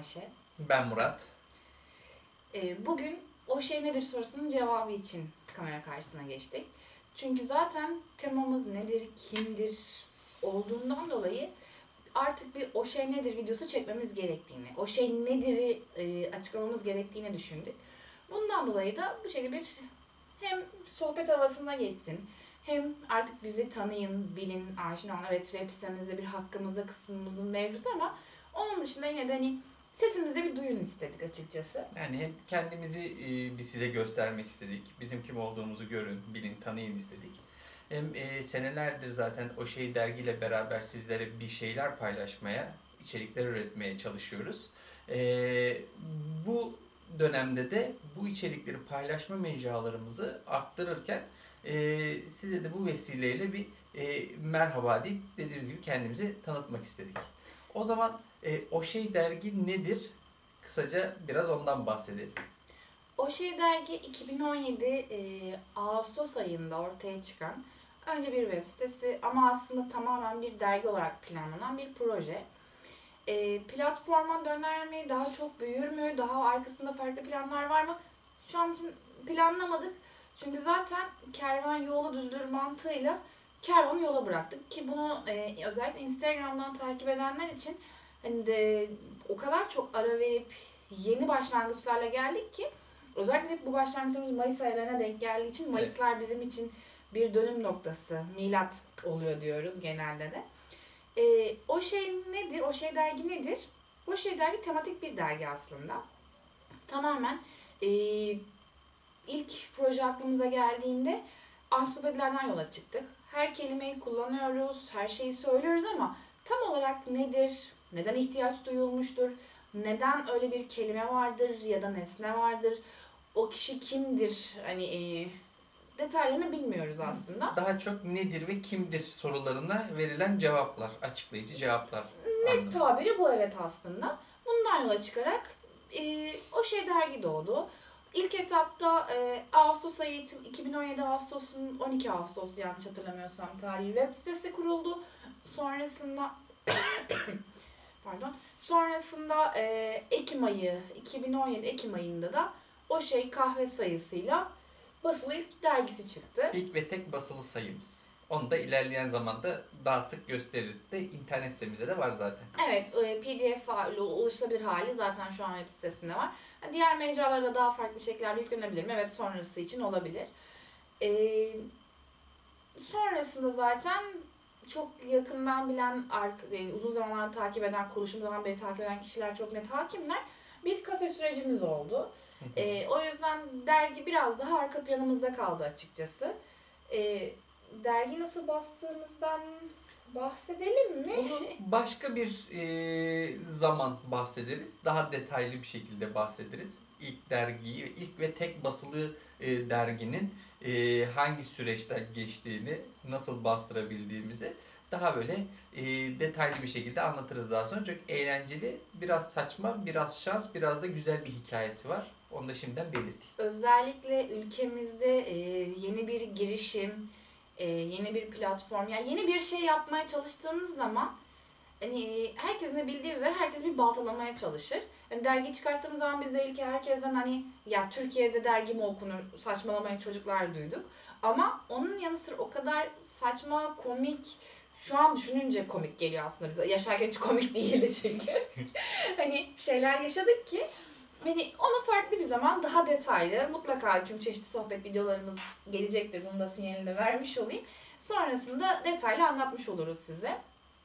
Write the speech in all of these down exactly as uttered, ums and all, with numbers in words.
Ayşe. Ben Murat. Ee, bugün o şey nedir sorusunun cevabı için kamera karşısına geçtik. Çünkü zaten temamız nedir, kimdir olduğundan dolayı artık bir o şey nedir videosu çekmemiz gerektiğini, o şey nedir'i e, açıklamamız gerektiğini düşündük. Bundan dolayı da bu şekilde bir hem sohbet havasına geçsin, hem artık bizi tanıyın, bilin, aşina olun. Evet, web sitemizde bir hakkımızda kısmımızın mevcut ama onun dışında yine de hani sesimizi bir duyun istedik açıkçası. Yani hem kendimizi e, bir size göstermek istedik. Bizim kim olduğumuzu görün, bilin, tanıyın istedik. Hem e, senelerdir zaten o şey dergiyle beraber sizlere bir şeyler paylaşmaya, içerikler üretmeye çalışıyoruz. E, bu dönemde de bu içerikleri paylaşma mecralarımızı arttırırken e, size de bu vesileyle bir e, merhaba deyip dediğimiz gibi kendimizi tanıtmak istedik. O zaman e, o şey dergi nedir? Kısaca biraz ondan bahsedelim. O Şey Dergi iki bin on yedi e, Ağustos ayında ortaya çıkan önce bir web sitesi ama aslında tamamen bir dergi olarak planlanan bir proje. E, platforma döner mi, daha çok büyür mü, daha arkasında farklı planlar var mı? Şu an için planlamadık. Çünkü zaten kervan yola düzülür mantığıyla kervanı yola bıraktık. Ki bunu e, özellikle Instagram'dan takip edenler için hani de o kadar çok ara verip yeni başlangıçlarla geldik ki özellikle bu başlangıcımız Mayıs aylarına denk geldiği için Mayıslar bizim için bir dönüm noktası, milat oluyor diyoruz genelde de. Ee, o şey nedir? O şey dergi nedir? O şey dergi tematik bir dergi aslında. Tamamen e, ilk proje aklımıza geldiğinde ansiklopedilerden yola çıktık. Her kelimeyi kullanıyoruz, her şeyi söylüyoruz ama tam olarak nedir? Neden ihtiyaç duyulmuştur? Neden öyle bir kelime vardır ya da nesne vardır? O kişi kimdir? Hani e, detaylarını bilmiyoruz aslında. Daha çok nedir ve kimdir sorularına verilen cevaplar, açıklayıcı cevaplar. Net tabiri bu, evet aslında. Bundan yola çıkarak e, o şey dergi doğdu. İlk etapta e, Ağustos ayı iki bin on yedi Ağustos'un on iki Ağustos yanlış hatırlamıyorsam tarihi web sitesi kuruldu. Sonrasında pardon. Sonrasında e, Ekim ayı iki bin on yedi Ekim ayında da o şey kahve sayısıyla basılı ilk dergisi çıktı. İlk ve tek basılı sayımız. Onu da ilerleyen zamanda daha sık gösteririz de internet sitemizde de var zaten. Evet, e, P D F hali, ulaşılabilir hali zaten şu an web sitesinde var. Diğer mecralara da daha farklı şekillerde yüklenebilir mi? Evet, sonrası için olabilir. Ee, sonrasında zaten çok yakından bilen, uzun zamanlar takip eden, kuruluşumuzdan beri takip eden kişiler çok net hakimler. Bir kafe sürecimiz oldu. Ee, o yüzden dergi biraz daha arka planımızda kaldı açıkçası. Ee, dergi nasıl bastığımızdan bahsedelim mi? Bunu başka bir e, zaman bahsederiz. Daha detaylı bir şekilde bahsederiz. İlk dergiyi, ilk ve tek basılı e, derginin e, hangi süreçten geçtiğini, nasıl bastırabildiğimizi daha böyle e, detaylı bir şekilde anlatırız daha sonra. Çok eğlenceli, biraz saçma, biraz şans, biraz da güzel bir hikayesi var. Onu da şimdiden belirteyim. Özellikle ülkemizde e, yeni bir girişim, e, yeni bir platform, yani yeni bir şey yapmaya çalıştığınız zaman hani herkesin de bildiği üzere herkes bir baltalamaya çalışır. Yani dergi çıkarttığımız zaman biz de ilk herkesten hani ya Türkiye'de dergi mi okunur saçmalamayan çocuklar duyduk. Ama onun yanı sıra o kadar saçma, komik, şu an düşününce komik geliyor aslında bize. Yaşarken hiç komik değildi çünkü. Hani şeyler yaşadık ki hani onu farklı bir zaman daha detaylı mutlaka, çünkü çeşitli sohbet videolarımız gelecektir. Bunu da sinyalini de vermiş olayım. Sonrasında detaylı anlatmış oluruz size.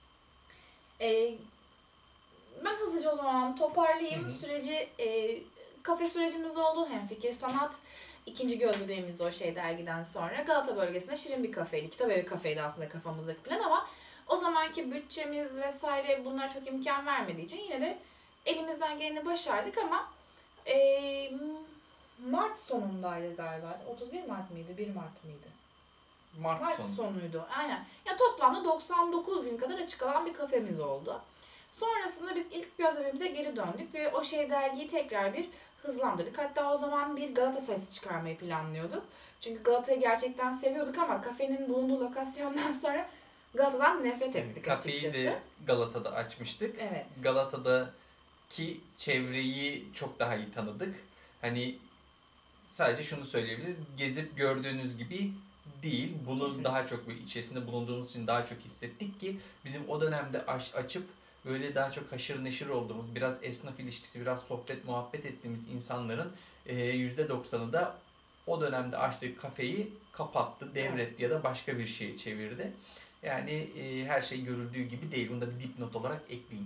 Ee, ben hızlıca o zaman toparlayayım. Hı hı. Süreci e, kafe sürecimiz oldu. Hem fikir sanat. İkinci göz bebeğimiz de o şey dergiden sonra. Galata bölgesinde şirin bir kafeydi. Kitap evi kafeydi aslında kafamızdaki plan ama o zamanki bütçemiz vesaire bunlara çok imkan vermediği için yine de elimizden geleni başardık ama e, Mart sonundaydı galiba. otuz bir Mart mıydı? bir Mart mıydı? Mart, Mart sonu. sonuydu. Aynen. Ya toplamda doksan dokuz gün kadar açık alan bir kafemiz oldu. Sonrasında biz ilk gözlemimize geri döndük ve o şey dergiyi tekrar bir hızlandırdık. Hatta o zaman bir Galata sayısı çıkarmayı planlıyorduk. Çünkü Galata'yı gerçekten seviyorduk ama kafenin bulunduğu lokasyondan sonra Galata'dan nefret ettik Kafeyi açıkçası. de Galata'da açmıştık. Evet. Galata'da ki çevreyi çok daha iyi tanıdık. Hani sadece şunu söyleyebiliriz. Gezip gördüğünüz gibi değil. Bunu Kesinlikle. daha çok bir içerisinde bulunduğumuz için daha çok hissettik ki bizim o dönemde aç, açıp böyle daha çok haşır neşir olduğumuz, biraz esnaf ilişkisi, biraz sohbet muhabbet ettiğimiz insanların e, yüzde doksanı da o dönemde açtığı kafeyi kapattı, devretti Evet. ya da başka bir şeye çevirdi. Yani e, her şey görüldüğü gibi değil. Bunu da bir dipnot olarak ekleyeyim.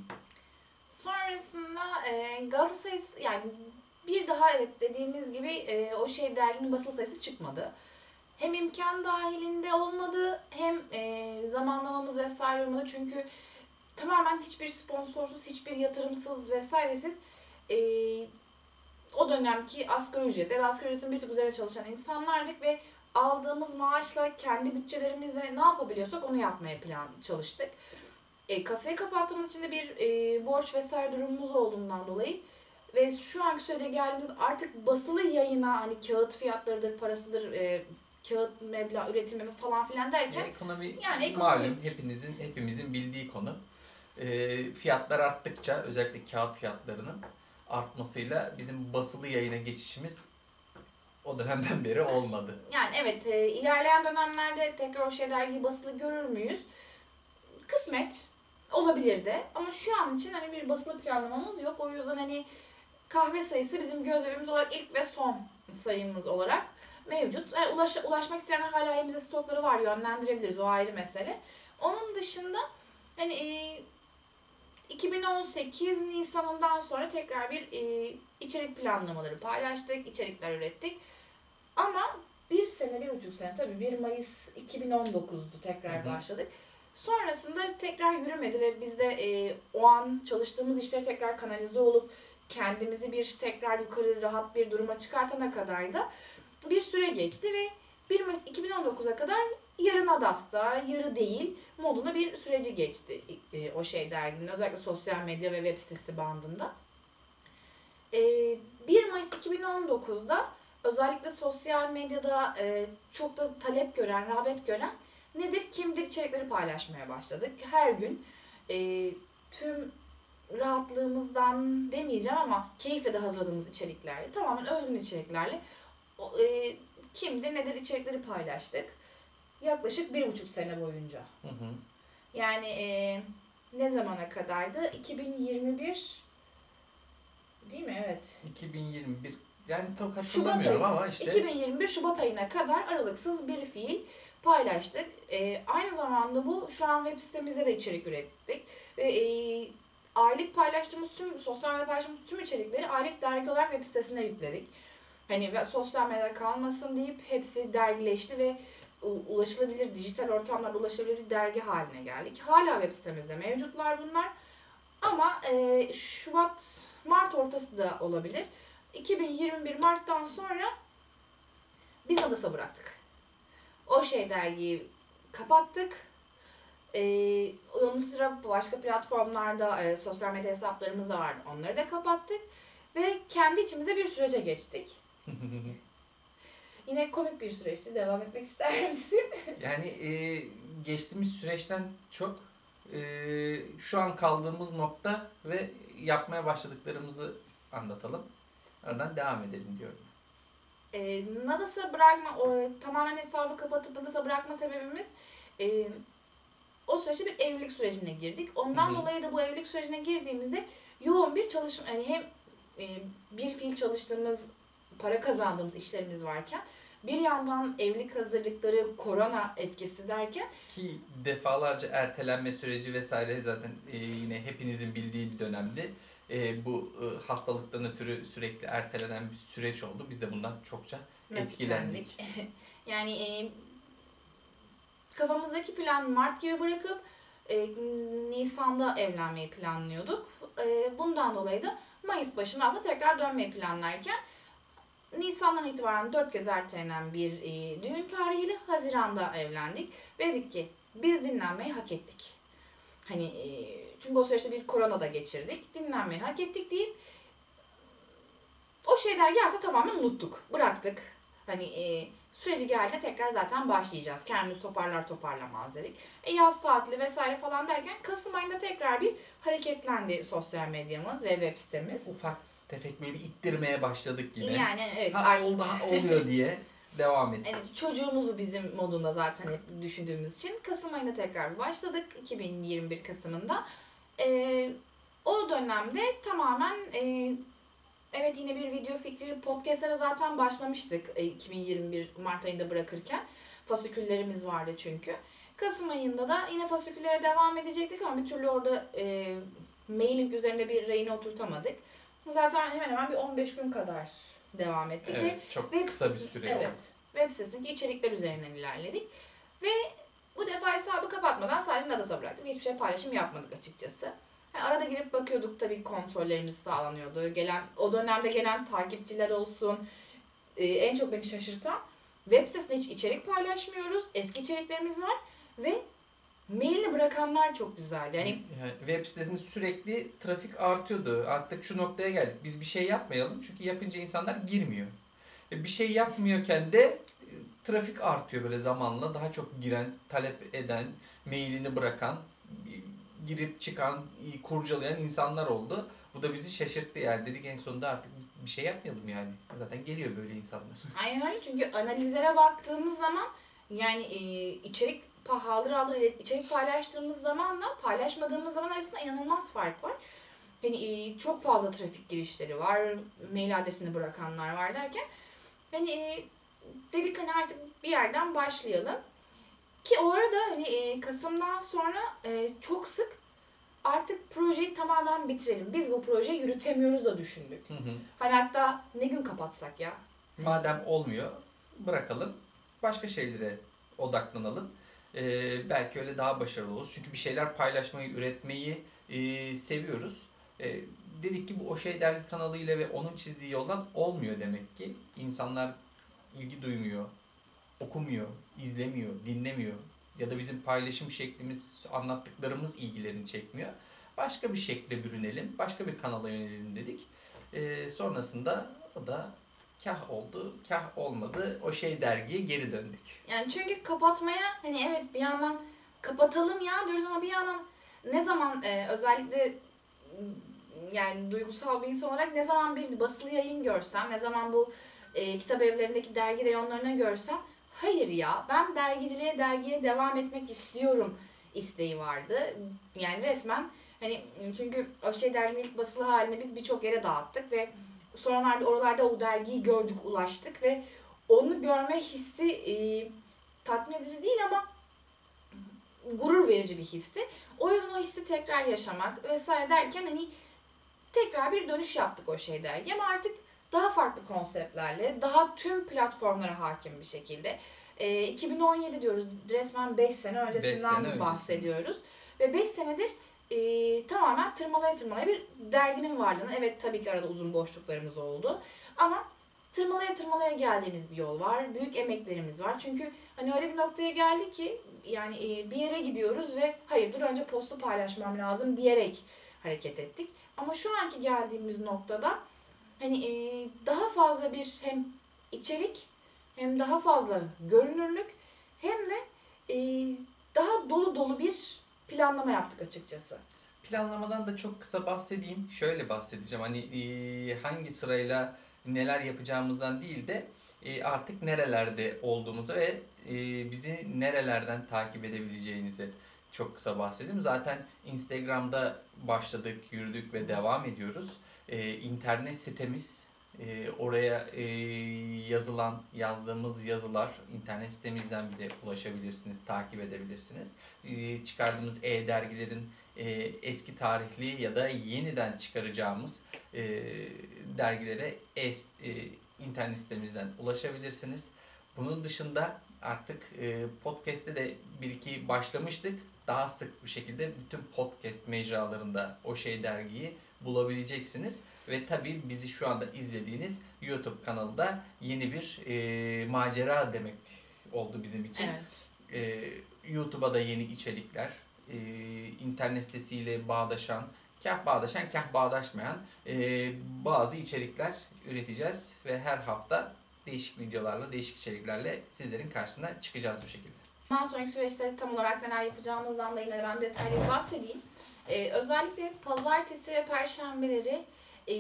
Sonrasında e, Galatasaray, yani bir daha evet dediğimiz gibi e, o şey derginin basılı sayısı çıkmadı. Hem imkan dahilinde olmadı, hem e, zamanlamamız vesaire olmadı. Çünkü tamamen hiçbir sponsorsuz, hiçbir yatırımsız vesairesiz e, o dönemki asgari ücret ya da asgari ücretin bir tık üzerine çalışan insanlardık ve aldığımız maaşla kendi bütçelerimizle ne yapabiliyorsak onu yapmaya plan çalıştık. E, kafeyi kapattığımız için de bir e, borç vesaire durumumuz olduğundan dolayı ve şu anki sürece geldiğimizde artık basılı yayına hani kağıt fiyatlarıdır, parasıdır, e, kağıt meblağ üretilmemi falan filan derken Ya ekonomi yani ekonomik malum hepinizin hepimizin bildiği konu. E, fiyatlar arttıkça özellikle kağıt fiyatlarının artmasıyla bizim basılı yayına geçişimiz o dönemden beri olmadı. yani evet e, ilerleyen dönemlerde tekrar o şey dergiyi basılı görür müyüz? Kısmet olabilir de ama şu an için hani bir basılı planlamamız yok. O yüzden hani kahve sayısı bizim gözlemimiz olarak ilk ve son sayımız olarak mevcut. Yani ulaş, ulaşmak isteyenler hala elimizde stokları var, yönlendirebiliriz, o ayrı mesele. Onun dışında hani e, iki bin on sekiz Nisan'ından sonra tekrar bir e, içerik planlamaları paylaştık, içerikler ürettik. Ama bir sene, bir buçuk sene tabii bir Mayıs iki bin on dokuz'du tekrar Hı hı. başladık. Sonrasında tekrar yürümedi ve biz de e, o an çalıştığımız işleri tekrar kanalize olup kendimizi bir tekrar yukarı rahat bir duruma çıkartana kadar da bir süre geçti ve bir Mayıs iki bin on dokuz'a kadar yarın Adas'ta, yarı değil moduna bir süreci geçti e, o şey derginin, özellikle sosyal medya ve web sitesi bandında. E, bir Mayıs iki bin on dokuz'da özellikle sosyal medyada e, çok da talep gören, rağbet gören nedir, kimdir içerikleri paylaşmaya başladık. Her gün e, tüm rahatlığımızdan demeyeceğim ama keyifle de hazırladığımız içeriklerle, tamamen özgün içeriklerle o, e, kimdir nedir içerikleri paylaştık. Yaklaşık bir buçuk sene boyunca. Hı hı. Yani e, ne zamana kadardı? iki bin yirmi bir değil mi? Evet. iki bin yirmi bir yani çok Şubat hatırlamıyorum ayı, ama işte iki bin yirmi bir Şubat ayına kadar aralıksız bir fiil paylaştık. E, aynı zamanda bu şu an web sitemizde de içerik ürettik. Ve e, aylık paylaştığımız tüm, sosyal medyada paylaştığımız tüm içerikleri aylık dergi olarak web sitesine yükledik. Hani sosyal medyada kalmasın deyip hepsi dergileşti ve ulaşılabilir, dijital ortamlarda ulaşılabilir bir dergi haline geldik. Hala web sitemizde mevcutlar bunlar. Ama e, Şubat, Mart ortası da olabilir. iki bin yirmi bir Mart'tan sonra biz Adas'a bıraktık. O şey dergiyi kapattık. Ee, onun sıra başka platformlarda e, sosyal medya hesaplarımız da vardı. Onları da kapattık. Ve kendi içimize bir sürece geçtik. Yine komik bir süreçti. Devam etmek ister misin? yani e, geçtiğimiz süreçten çok e, şu an kaldığımız nokta ve yapmaya başladıklarımızı anlatalım. Oradan devam edelim diyorum. E, Nadas'a bırakma, o, tamamen hesabı kapatıp Nadas'a bırakma sebebimiz e, o süreçte bir evlilik sürecine girdik. Ondan Hı hı. dolayı da bu evlilik sürecine girdiğimizde yoğun bir çalışma, yani hem e, bir fiil çalıştığımız, para kazandığımız işlerimiz varken bir yandan evlilik hazırlıkları, korona etkisi derken Ki defalarca ertelenme süreci vesaire zaten e, yine hepinizin bildiği bir dönemdi. E, bu e, hastalıktan ötürü sürekli ertelenen bir süreç oldu. Biz de bundan çokça etkilendik. nasiplendik. Yani e, kafamızdaki plan Mart gibi bırakıp e, Nisan'da evlenmeyi planlıyorduk. E, bundan dolayı da Mayıs başında aslında tekrar dönmeyi planlarken Nisan'dan itibaren dört kez ertelenen bir e, düğün tarihiyle Haziran'da evlendik. Ve dedik ki biz dinlenmeyi hak ettik. Hani e, çünkü o süreçte bir korona da geçirdik. Dinlenmeyi hak ettik deyip o şeyler gelse tamamen unuttuk. Bıraktık. Hani e, süreci geldiğinde tekrar zaten başlayacağız. Kendimizi toparlar toparlamaz dedik. E, yaz tatili vesaire falan derken Kasım ayında tekrar bir hareketlendi sosyal medyamız ve web sitemiz. Ufak tefek böyle bir ittirmeye başladık yine. Yani evet. Ha Artık, oldu, ha oluyor diye devam ettik. evet, çocuğumuz bu bizim modunda zaten hep düşündüğümüz için. Kasım ayında tekrar bir başladık. iki bin yirmi bir Kasım'ında. E, o dönemde tamamen e, evet yine bir video fikri, podcastlere zaten başlamıştık e, iki bin yirmi bir Mart ayında bırakırken. Fasiküllerimiz vardı çünkü. Kasım ayında da yine fasiküllere devam edecektik ama bir türlü orada e, mailing üzerine bir rayına oturtamadık. Zaten hemen hemen bir on beş gün kadar devam ettik. Evet, ve çok web kısa bir sitesi- süre evet, oldu. web sitesindeki içerikler üzerinden ilerledik. Ve bu defa hesabı kapatmadan sadece Nadas'a bıraktık. Hiçbir şey paylaşım yapmadık açıkçası. Yani arada girip bakıyorduk, tabii kontrollerimiz sağlanıyordu. Gelen, o dönemde gelen takipçiler olsun. Ee, en çok beni şaşırtan, web sitesinde hiç içerik paylaşmıyoruz. Eski içeriklerimiz var ve mailini bırakanlar çok güzeldi. Yani Yani web sitesinde sürekli trafik artıyordu. Artık şu noktaya geldik. Biz bir şey yapmayalım. Çünkü yapınca insanlar girmiyor. E, Bir şey yapmıyorken de e, trafik artıyor böyle zamanla. Daha çok giren, talep eden, mailini bırakan, e, girip çıkan, e, kurcalayan insanlar oldu. Bu da bizi şaşırttı yani. Dedik en sonunda artık bir şey yapmayalım yani. Zaten geliyor böyle insanlar. aynen öyle, çünkü analizlere baktığımız zaman yani e, içerik pahalı alır içerik paylaştığımız zamanla paylaşmadığımız zaman arasında inanılmaz fark var. Hani e, çok fazla trafik girişleri var, mail adresini bırakanlar var derken hani e, dedik hani artık bir yerden başlayalım. Ki o arada hani e, Kasım'dan sonra e, çok sık artık projeyi tamamen bitirelim. Biz bu projeyi yürütemiyoruz da düşündük. Hı hı. Hani hatta ne gün kapatsak ya? Madem olmuyor, bırakalım. Başka şeylere odaklanalım. Ee, belki öyle daha başarılı oluruz. Çünkü bir şeyler paylaşmayı, üretmeyi e, seviyoruz. E, dedik ki bu O Şey Dergi kanalıyla ve onun çizdiği yoldan olmuyor demek ki. İnsanlar ilgi duymuyor, okumuyor, izlemiyor, dinlemiyor. Ya da bizim paylaşım şeklimiz, anlattıklarımız ilgilerini çekmiyor. Başka bir şekle bürünelim, başka bir kanala yönelelim dedik. E, sonrasında o da kah oldu, kah olmadı. O Şey Dergi'ye geri döndük. Yani çünkü kapatmaya hani evet bir yandan kapatalım ya diyoruz ama bir yandan ne zaman e, özellikle m, yani duygusal bir insan olarak ne zaman bir basılı yayın görsem, ne zaman bu e, kitap evlerindeki dergi reyonlarına görsem hayır ya ben dergiciliğe, dergiye devam etmek istiyorum isteği vardı. Yani resmen hani çünkü o şey derginin ilk basılı halini biz birçok yere dağıttık ve sonralarda oralarda o dergiyi gördük, ulaştık ve onu görme hissi e, tatmin edici değil ama gurur verici bir histi. O yüzden o hissi tekrar yaşamak vesaire derken hani tekrar bir dönüş yaptık o şey dergi ama artık daha farklı konseptlerle, daha tüm platformlara hakim bir şekilde. E, iki bin on yedi diyoruz, resmen beş sene öncesinden Beş sene öncesinde. bahsediyoruz. Ve beş senedir e, tamamen tırmalaya tırmalaya bir derginin varlığını, evet tabii ki arada uzun boşluklarımız oldu ama tırmalaya tırmalaya geldiğimiz bir yol var. Büyük emeklerimiz var. Çünkü hani öyle bir noktaya geldik ki yani e, bir yere gidiyoruz ve hayır dur önce postu paylaşmam lazım diyerek hareket ettik. Ama şu anki geldiğimiz noktada hani e, daha fazla bir hem içerik hem daha fazla görünürlük hem de e, daha dolu dolu bir planlama yaptık açıkçası. Planlamadan da çok kısa bahsedeyim. Şöyle bahsedeceğim. Hani e, hangi sırayla neler yapacağımızdan değil de e, artık nerelerde olduğumuzu ve e, bizi nerelerden takip edebileceğinizi çok kısa bahsedeyim. Zaten Instagram'da başladık, yürüdük ve devam ediyoruz. E, internet sitemiz, e, oraya e, yazılan, yazdığımız yazılar, internet sitemizden bize ulaşabilirsiniz, takip edebilirsiniz. E, çıkardığımız e-dergilerin e, eski tarihli ya da yeniden çıkaracağımız e, dergilere es, e, internet sitemizden ulaşabilirsiniz. Bunun dışında artık e, podcast'te de bir iki başlamıştık. Daha sık bir şekilde bütün podcast mecralarında O Şey Dergi'yi bulabileceksiniz. Ve tabii bizi şu anda izlediğiniz YouTube kanalında yeni bir e, macera demek oldu bizim için. Evet. E, YouTube'a da yeni içerikler, e, internet sitesiyle bağdaşan, kah bağdaşan, kah bağdaşmayan e, bazı içerikler üreteceğiz ve her hafta değişik videolarla, değişik içeriklerle sizlerin karşısına çıkacağız bu şekilde. Bundan sonraki süreçte tam olarak neler yapacağımızdan da yine ben detaylı bir bahsedeyim. Ee, özellikle pazartesi ve perşembeleri e,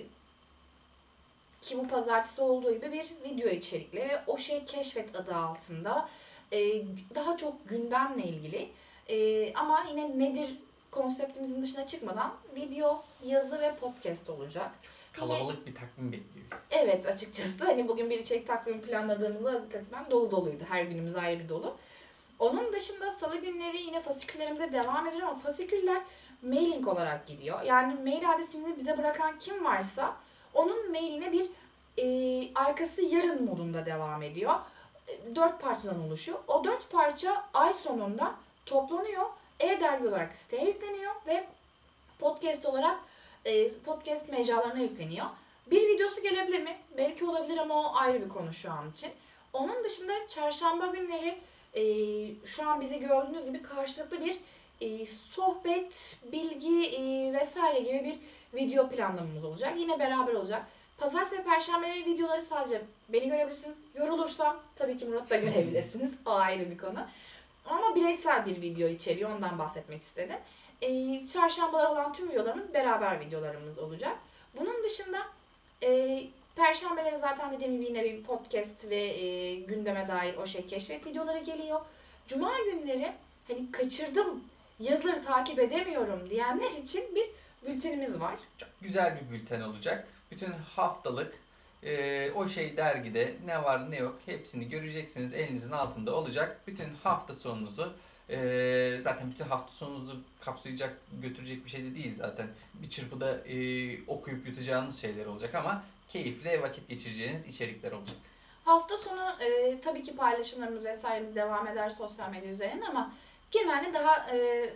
ki bu pazartesi olduğu gibi bir video içerikli ve O Şey Keşfet adı altında e, daha çok gündemle ilgili e, ama yine nedir konseptimizin dışına çıkmadan video, yazı ve podcast olacak. Kalabalık Yine, bir takvim bekliyor bizi. evet, açıkçası hani bugün bir içerik takvimi planladığımızda hakikaten dolu doluydu. Her günümüz ayrı bir dolu. Onun dışında salı günleri yine fasiküllerimize devam ediyor ama fasiküller mailing olarak gidiyor. Yani mail adresini bize bırakan kim varsa onun mailine bir e, arkası yarın modunda devam ediyor. E, dört parçadan oluşuyor. O dört parça ay sonunda toplanıyor. E-dergi olarak siteye yükleniyor ve podcast olarak e, podcast mecralarına yükleniyor. Bir videosu gelebilir mi? Belki olabilir ama o ayrı bir konu şu an için. Onun dışında çarşamba günleri e, şu an bizi gördüğünüz gibi karşılıklı bir e, sohbet, bilgi e, vesaire gibi bir video planlamamız olacak. Yine beraber olacak. Pazartesi ve perşembeleri videoları sadece beni görebilirsiniz. Yorulursam tabii ki Murat'ı da görebilirsiniz. O ayrı bir konu. Ama bireysel bir video içeriyor. Ondan bahsetmek istedim. E, çarşambalar olan tüm videolarımız beraber videolarımız olacak. Bunun dışında e, perşembeleri zaten dediğim gibi yine bir podcast ve e, gündeme dair O Şey Keşfet videoları geliyor. Cuma günleri hani kaçırdım, yazıları takip edemiyorum diyenler için bir bültenimiz var. Çok güzel bir bülten olacak. Bütün haftalık e, O Şey dergide ne var ne yok hepsini göreceksiniz. Elinizin altında olacak. Bütün hafta sonunuzu e, zaten bütün hafta sonunuzu kapsayacak, götürecek bir şey de değil zaten. Bir çırpıda e, okuyup yutacağınız şeyler olacak ama keyifle vakit geçireceğiniz içerikler olacak. Hafta sonu e, tabii ki paylaşımlarımız vesairemiz devam eder sosyal medya üzerinden ama genelde daha e,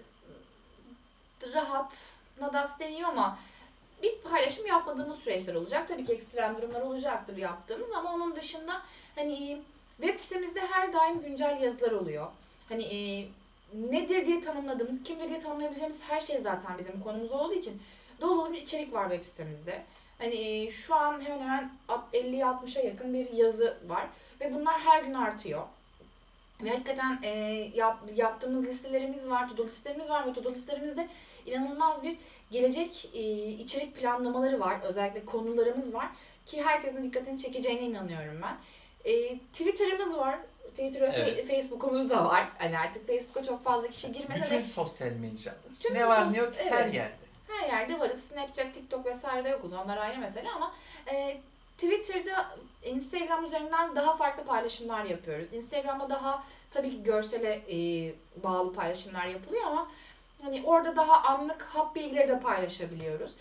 rahat, nadas demeyeyim ama bir paylaşım yapmadığımız süreçler olacak. Tabii ki ekstrem durumlar olacaktır yaptığımız ama onun dışında hani web sitemizde her daim güncel yazılar oluyor. Hani e, nedir diye tanımladığımız, kimdir diye tanımlayabileceğimiz her şey zaten bizim konumuz olduğu için dolu dolu bir içerik var web sitemizde. Hani e, şu an hemen hemen elliye altmışa yakın bir yazı var ve bunlar her gün artıyor. Ve hakikaten e, yap, yaptığımız listelerimiz var, to-do listelerimiz var ve to-do listelerimizde inanılmaz bir gelecek e, içerik planlamaları var. Özellikle konularımız var ki herkesin dikkatini çekeceğine inanıyorum ben. E, Twitter'ımız var. Twitter ve Evet. Facebook'umuz da var. Hani artık Facebook'a çok fazla kişi girmese Bütün de sosyal mecralar. Tüm Ne var sos- ne yok her evet. yerde. her yerde varız. Snapchat, TikTok vesaire de yokuz. Onlar ayrı mesele ama e, Twitter'da, Instagram üzerinden daha farklı paylaşımlar yapıyoruz. Instagram'da daha tabii ki görsele e, bağlı paylaşımlar yapılıyor ama hani orada daha anlık hap bilgileri de paylaşabiliyoruz.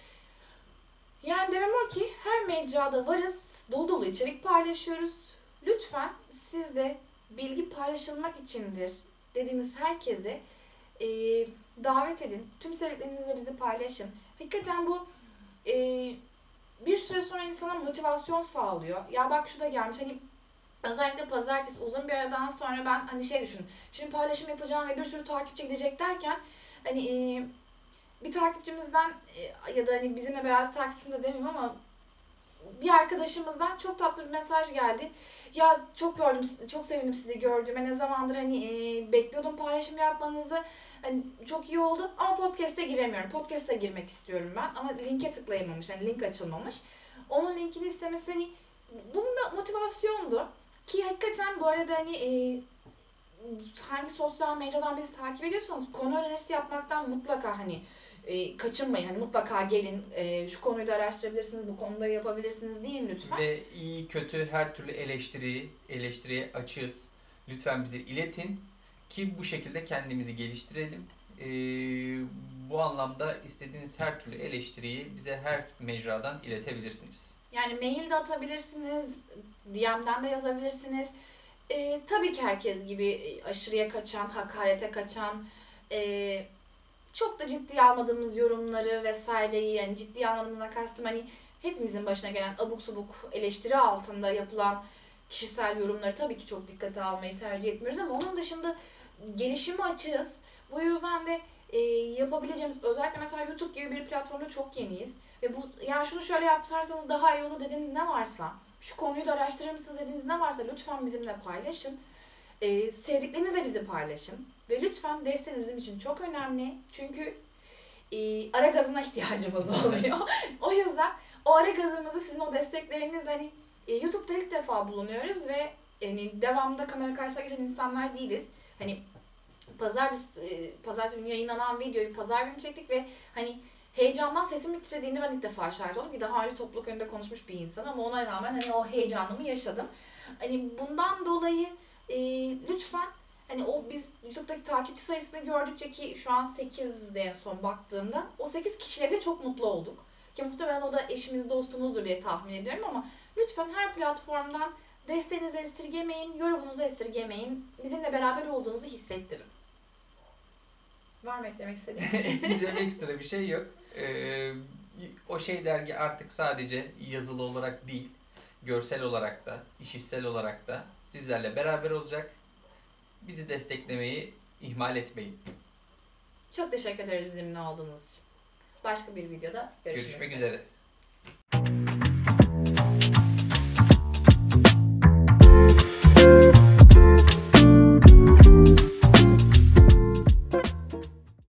Yani demem o ki her mecrada varız, dolu dolu içerik paylaşıyoruz. Lütfen siz de bilgi paylaşılmak içindir dediğiniz herkese e, davet edin. Tüm sebeplerinizle bizi paylaşın. Hakikaten bu e, bir süre sonra insana motivasyon sağlıyor. Ya bak şu da gelmiş. Hani özellikle pazartesi uzun bir aradan sonra ben hani şey düşün. Şimdi paylaşım yapacağım ve bir sürü takipçi gidecek derken hani e, bir takipçimizden e, ya da hani bizimle beraber takipçimize demeyeyim ama bir arkadaşımızdan çok tatlı bir mesaj geldi. Ya çok gördüm, çok sevindim sizi gördüğüme. Ne zamandır hani e, bekliyordum paylaşım yapmanızı. Hani çok iyi oldu ama podcast'e giremiyorum. Podcast'e girmek istiyorum ben ama linke tıklayamamış. Hani link açılmamış. Onun linkini istemesi hani bu bir motivasyondu. Ki hakikaten bu arada hani e, hangi sosyal mecradan bizi takip ediyorsanız konu önerisi yapmaktan mutlaka hani e, kaçınmayın. Hani mutlaka gelin e, şu konuyu da araştırabilirsiniz, bu konuda yapabilirsiniz deyin lütfen. Ve iyi kötü her türlü eleştiriyi, eleştiriye açığız. Lütfen bize iletin ki bu şekilde kendimizi geliştirelim. Ee, bu anlamda istediğiniz her türlü eleştiriyi bize her mecradan iletebilirsiniz. Yani mail de atabilirsiniz, D M'den de yazabilirsiniz. E, tabii ki herkes gibi aşırıya kaçan, hakarete kaçan, e, çok da ciddiye almadığımız yorumları vesaireyi yani ciddiye almadığımızdan kastım hani hepimizin başına gelen abuk subuk eleştiri altında yapılan kişisel yorumları tabii ki çok dikkate almayı tercih etmiyoruz ama onun dışında gelişime açığız. Bu yüzden de e, yapabileceğimiz özellikle mesela YouTube gibi bir platformda çok yeniyiz ve bu yani şunu şöyle yaparsanız daha iyi olur dediğiniz ne varsa şu konuyu da araştırır mısınız dediğiniz ne varsa lütfen bizimle paylaşın. Ee, sevdiklerinizle bizi paylaşın. Ve lütfen desteğiniz bizim için çok önemli. Çünkü e, ara gazına ihtiyacımız oluyor. O yüzden o ara gazımızı sizin o desteklerinizle hani e, YouTube'da ilk defa bulunuyoruz ve yani devamında kamera karşısına geçen insanlar değiliz. Hani pazartesi, e, pazartesi günü yayınlanan videoyu pazar günü çektik ve hani heyecandan sesimin titrediğini ben ilk defa şahit oldum ki daha önce topluluk önünde konuşmuş bir insan ama ona rağmen hani o heyecanımı yaşadım. Hani bundan dolayı e, lütfen hani o biz YouTube'daki takipçi sayısını gördükçe ki şu an sekizde en son baktığımda o sekiz kişiyle bile çok mutlu olduk. Ki muhtemelen o da eşimiz dostumuzdur diye tahmin ediyorum ama lütfen her platformdan desteğinizi esirgemeyin, yorumunuzu esirgemeyin. Bizimle beraber olduğunuzu hissettirin. Var mı eklemek istediğin? Diyeceğim ekstra bir şey yok. Ee, o şey dergi artık sadece yazılı olarak değil, görsel olarak da, işitsel olarak da sizlerle beraber olacak. Bizi desteklemeyi ihmal etmeyin. Çok teşekkür ederiz bizimle olduğunuz için. Başka bir videoda görüşmek, Görüşmek üzere. üzere.